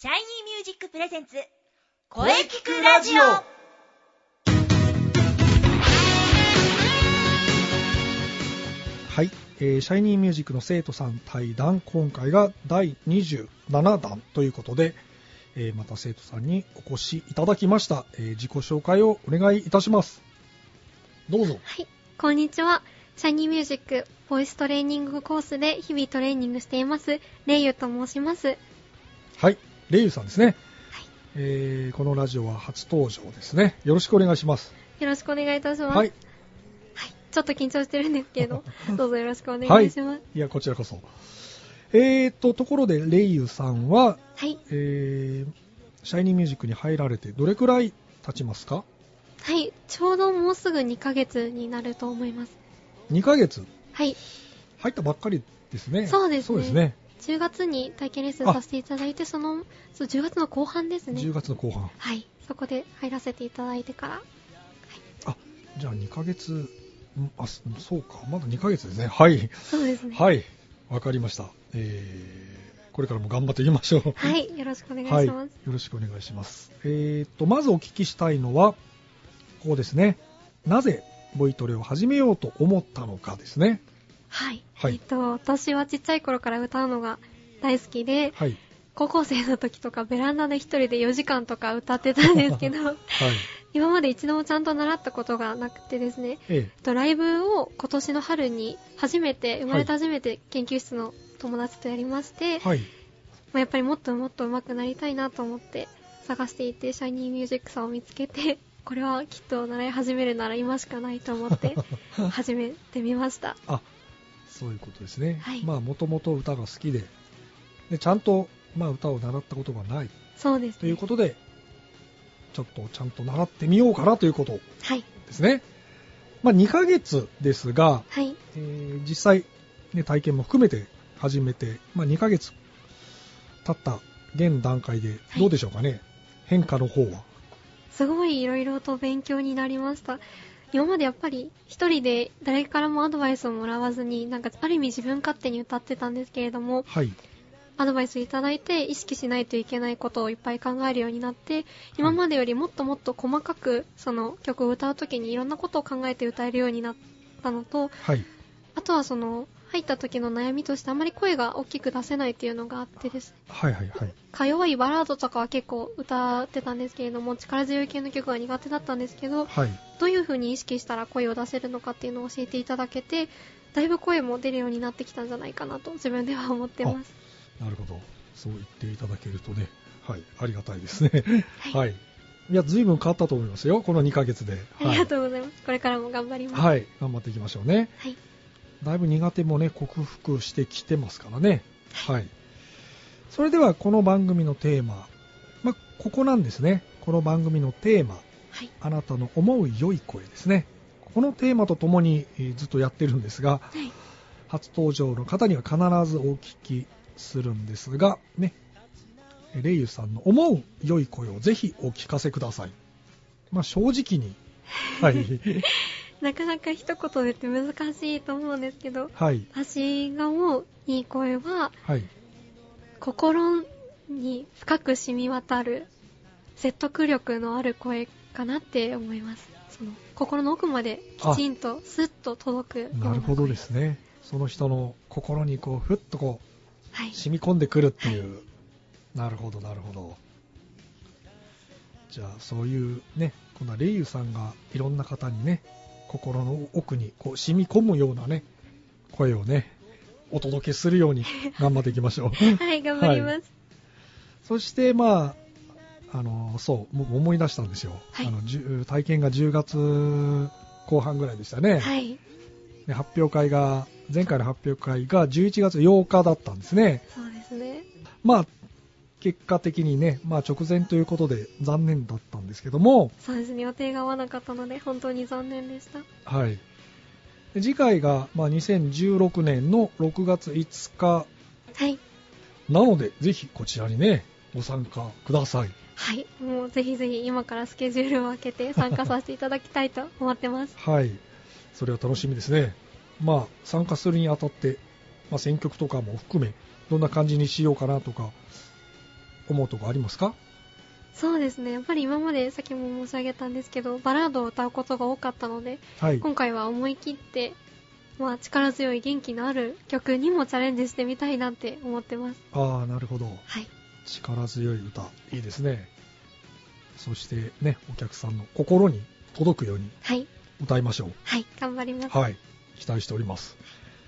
シャイニーミュージックプレゼンツ声聞くラジオ。 はい、シャイニーミュージックの生徒さん対談、今回が第27弾ということで、また生徒さんにお越しいただきました。自己紹介をお願いいたします。どうぞ。 はい、こんにちは。シャイニーミュージックボイストレーニングコースで日々トレーニングしていますレイユと申します。 はい、レイユさんですね。はい、このラジオは初登場ですね。よろしくお願いします。 よろしくお願いいたします。 はい、 はい、ちょっと緊張してるんですけれどどうぞよろしくお願いします。 はい、いやこちらこそ。ところでレイユさんは、 はい、 シャイニーミュージックに入られてどれくらい経ちますか？ はい、ちょうどもうすぐ2ヶ月になると思います。 2ヶ月？ はい、 入ったばっかりですね。 そうですね。 そうですね。 10月に体験レッスンさせていただいて、10月の後半ですね。 10月の後半。 はい、そこで入らせていただいてから。はい、 あ、じゃあ2ヶ月、そうか、まだ2ヶ月ですね。はい。 そうですね。 はい、わかりました。これからも頑張っていきましょう。 はい、よろしくお願いします。 はい、よろしくお願いします。まずお聞きしたいのは、ここですね。なぜボイトレを始めようと思ったのかですね。 はい、 はい、 私はちっちゃい頃から歌うのが大好きで、はい、高校生の時とかベランダで一人で4時間とか歌ってたんですけど、はい、今まで一度もちゃんと習ったことがなくてですね、ライブを今年の春に生まれて初めて研究室の友達とやりまして、はい、やっぱりもっともっと上手くなりたいなと思って探していて、シャイニーミュージックさんを見つけて、これはきっと習い始めるなら今しかないと思って始めてみました。 あ、そういうことですね。 はい、 もともと歌が好きで、ちゃんと、歌を習ったことがない。 そうですね。 ということで、ちょっとちゃんと習ってみようかなということですね。はい、2ヶ月ですが、はい、実際、体験も含めて始めて、2ヶ月経った現段階でどうでしょうかね、はい、変化の方は。 すごいいろいろと勉強になりました。今までやっぱり一人で誰からもアドバイスをもらわずに、ある意味自分勝手に歌ってたんですけれども、はい、アドバイスいただいて意識しないといけないことをいっぱい考えるようになって、今までよりもっともっと細かくその曲を歌うときにいろんなことを考えて歌えるようになったのと、はい、あとは入った時の悩みとしてあまり声が大きく出せないっていうのがあってですね、はいはいはい、か弱いバラードとかは結構歌ってたんですけれども、力強い系の曲が苦手だったんですけど、はい、どういう風に意識したら声を出せるのかっていうのを教えていただけて、だいぶ声も出るようになってきたんじゃないかなと自分では思ってます。 なるほど、そう言っていただけるとね、はい、ありがたいですね。はい、はい、いや随分変わったと思いますよ、この2ヶ月で。はい、 ありがとうございます。これからも頑張ります。 はい、頑張っていきましょうね。はい、だいぶ苦手もね克服してきてますからね。はい。それではこの番組のテーマ、ここなんですね。この番組のテーマ、はい、あなたの思う良い声ですね。このテーマとともに、ずっとやってるんですが、はい、初登場の方には必ずお聞きするんですがね、レイユさんの思う良い声をぜひお聞かせください。正直に、はい。 なかなか一言でって難しいと思うんですけど、はい、私が思ういい声は、はい、心に深く染み渡る説得力のある声かなって思います。心の奥まできちんとスッと届くような声。 なるほどですね。その人の心にふっとはい、染み込んでくるっていう、はい、なるほどなるほど。じゃあそういうね、このレイユさんがいろんな方にね、心の奥に染み込むようなね声をねお届けするように頑張っていきましょう。 はい、頑張ります。はい、 そしてそう思い出したんですよ。はい、体験が10月後半ぐらいでしたね。はい。で前回の発表会が11月8日だったんですね。 そうですね。 結果的にね、直前ということで残念だったんですけども。 そうですね、予定が合わなかったので本当に残念でした。 はい。で次回が2016年の6月5日。はい。なのでぜひこちらにねご参加ください。 はい、もうぜひぜひ今からスケジュールを空けて参加させていただきたいと思ってます。 はい。それは楽しみですね。参加するにあたって、選曲とかも含めどんな感じにしようかなとか思うところありますか？ そうですね、やっぱり今まで先も申し上げたんですけど、バラードを歌うことが多かったので、はい、今回は思い切って、力強い元気のある曲にもチャレンジしてみたいなって思ってます。 ああ、なるほど、 はい、 力強い歌、いいですね。そしてね、お客さんの心に届くように歌いましょう。 はい、頑張ります。 はい、期待しております。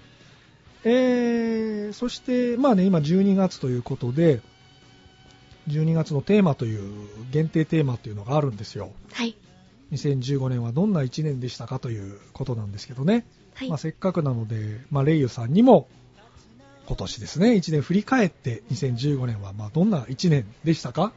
そして今12月ということで、12月のテーマという限定テーマというのがあるんですよ。 はい。 2015年はどんな1年でしたかということなんですけどね。 はい。 せっかくなので、レイユさんにも今年ですね、1年振り返って2015年はどんな1年でしたか？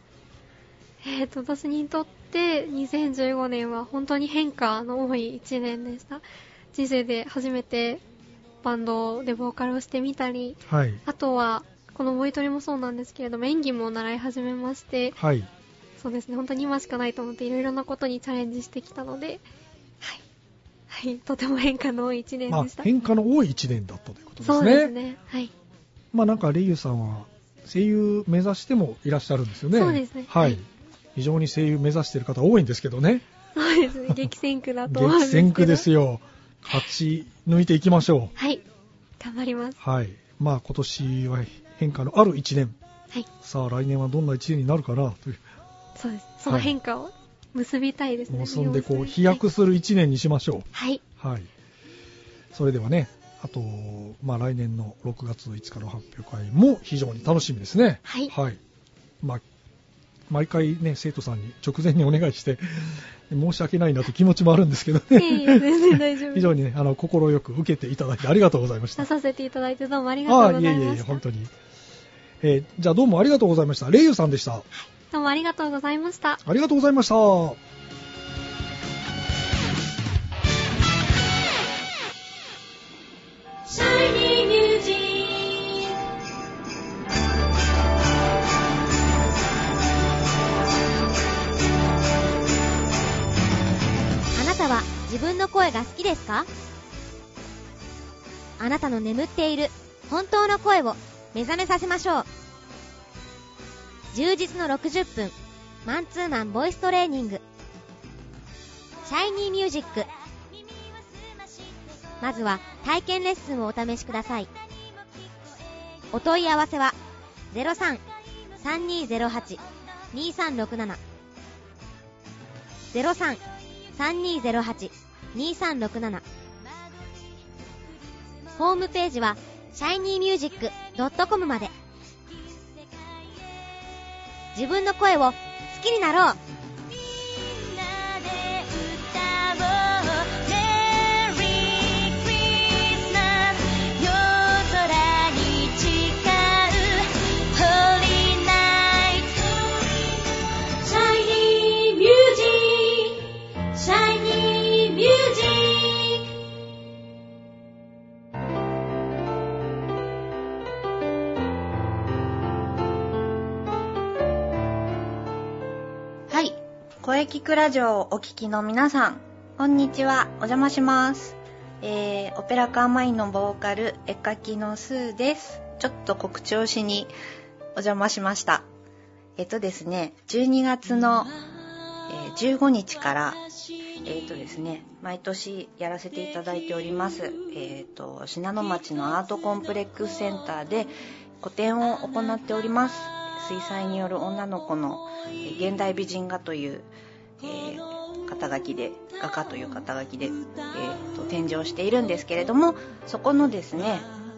私にとって2015年は本当に変化の多い1年でした。人生で初めてバンドでボーカルをしてみたり、 はい、 あとはこのボイトレもそうなんですけれども、演技も習い始めまして、 はい、 そうですね、本当に今しかないと思っていろいろなことにチャレンジしてきたので、はい、はい、とても変化の多い1年でした。 変化の多い1年だったということですね。 そうですね、はい。 なんかレイユさんは声優目指してもいらっしゃるんですよね。 そうですね、 はい。非常に声優目指している方多いんですけどね。 そうですね、激戦区だと思うんですけど。 激戦区ですよ。勝ち抜いていきましょう。 はい、頑張ります。 はい。今年は変化のある1年。 はい。 さあ来年はどんな1年になるかなという。 そうです。その変化を結びたいですね。 結んで飛躍する1年にしましょう。 はい。 はい。それではね、あと来年の6月5日の発表会も非常に楽しみですね。 はい。 はい。毎回ね、生徒さんに直前にお願いして申し訳ないなという気持ちもあるんですけどね。 全然大丈夫。 非常にね、心よく受けていただいてありがとうございました。 出させていただいてどうもありがとうございました。 いえ、本当に。じゃあどうもありがとうございました。レイユさんでした。 どうもありがとうございました。 ありがとうございました。 自分の声が好きですか？あなたの眠っている本当の声を目覚めさせましょう。充実の60分マンツーマンボイストレーニング、シャイニーミュージック。まずは体験レッスンをお試しください。お問い合わせは 03-3208-2367 03-3208-2367。ホームページは shinymusic.com まで。自分の声を好きになろう。 声聞くラジオをお聞きの皆さん、こんにちは。お邪魔します。オペラカーマインのボーカル、絵描きのスーです。ちょっと告知をしにお邪魔しました。ですね、12月の、15日からですね、毎年やらせていただいております。信濃町のアートコンプレックスセンターで個展を行っております。水彩による女の子の現代美人画という、肩書きで画家という肩書きで、展示をしているんですけれども、そこのですね、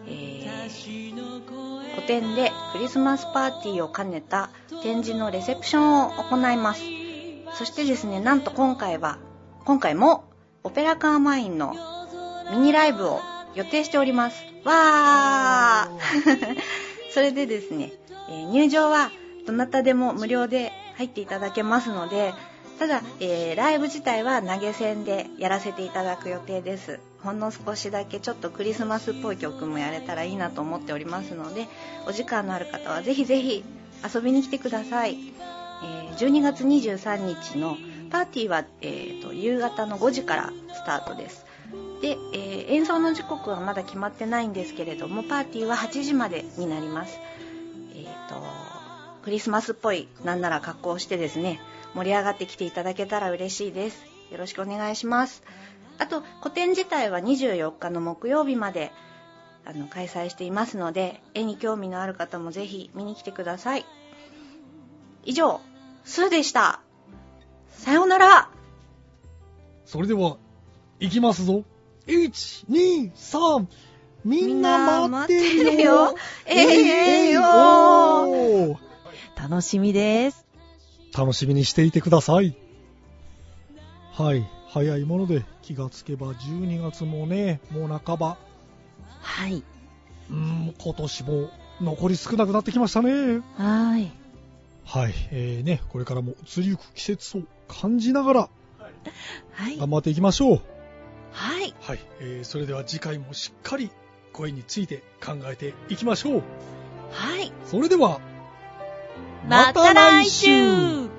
個展でクリスマスパーティーを兼ねた展示のレセプションを行います。そしてですね、なんと今回もオペラカーマインのミニライブを予定しております。わーそれでですね、入場はどなたでも無料で入っていただけますので、ただ、ライブ自体は投げ銭でやらせていただく予定です。ほんの少しだけちょっとクリスマスっぽい曲もやれたらいいなと思っておりますので、お時間のある方はぜひぜひ遊びに来てください。12月23日のパーティーは、夕方の5時からスタートです。で、演奏の時刻はまだ決まってないんですけれども、パーティーは8時までになります。 クリスマスっぽいなんなら格好をしてですね、盛り上がってきていただけたら嬉しいです。よろしくお願いします。あと個展自体は24日の木曜日まで開催していますので、絵に興味のある方もぜひ見に来てください。以上、スーでした。さようなら。 それでは行きますぞ。1、2、3、みんな待ってるよ。よ。 楽しみです。 楽しみにしていてください。はい、早いもので気がつけば12月もね、もう半ば。 はい。 今年も残り少なくなってきましたね。 はい。 はい、ね、これからも移りゆく季節を感じながら、はい、頑張っていきましょう。 はい。 はい、それでは次回もしっかり声について考えていきましょう。 はい。 それでは、 また来週。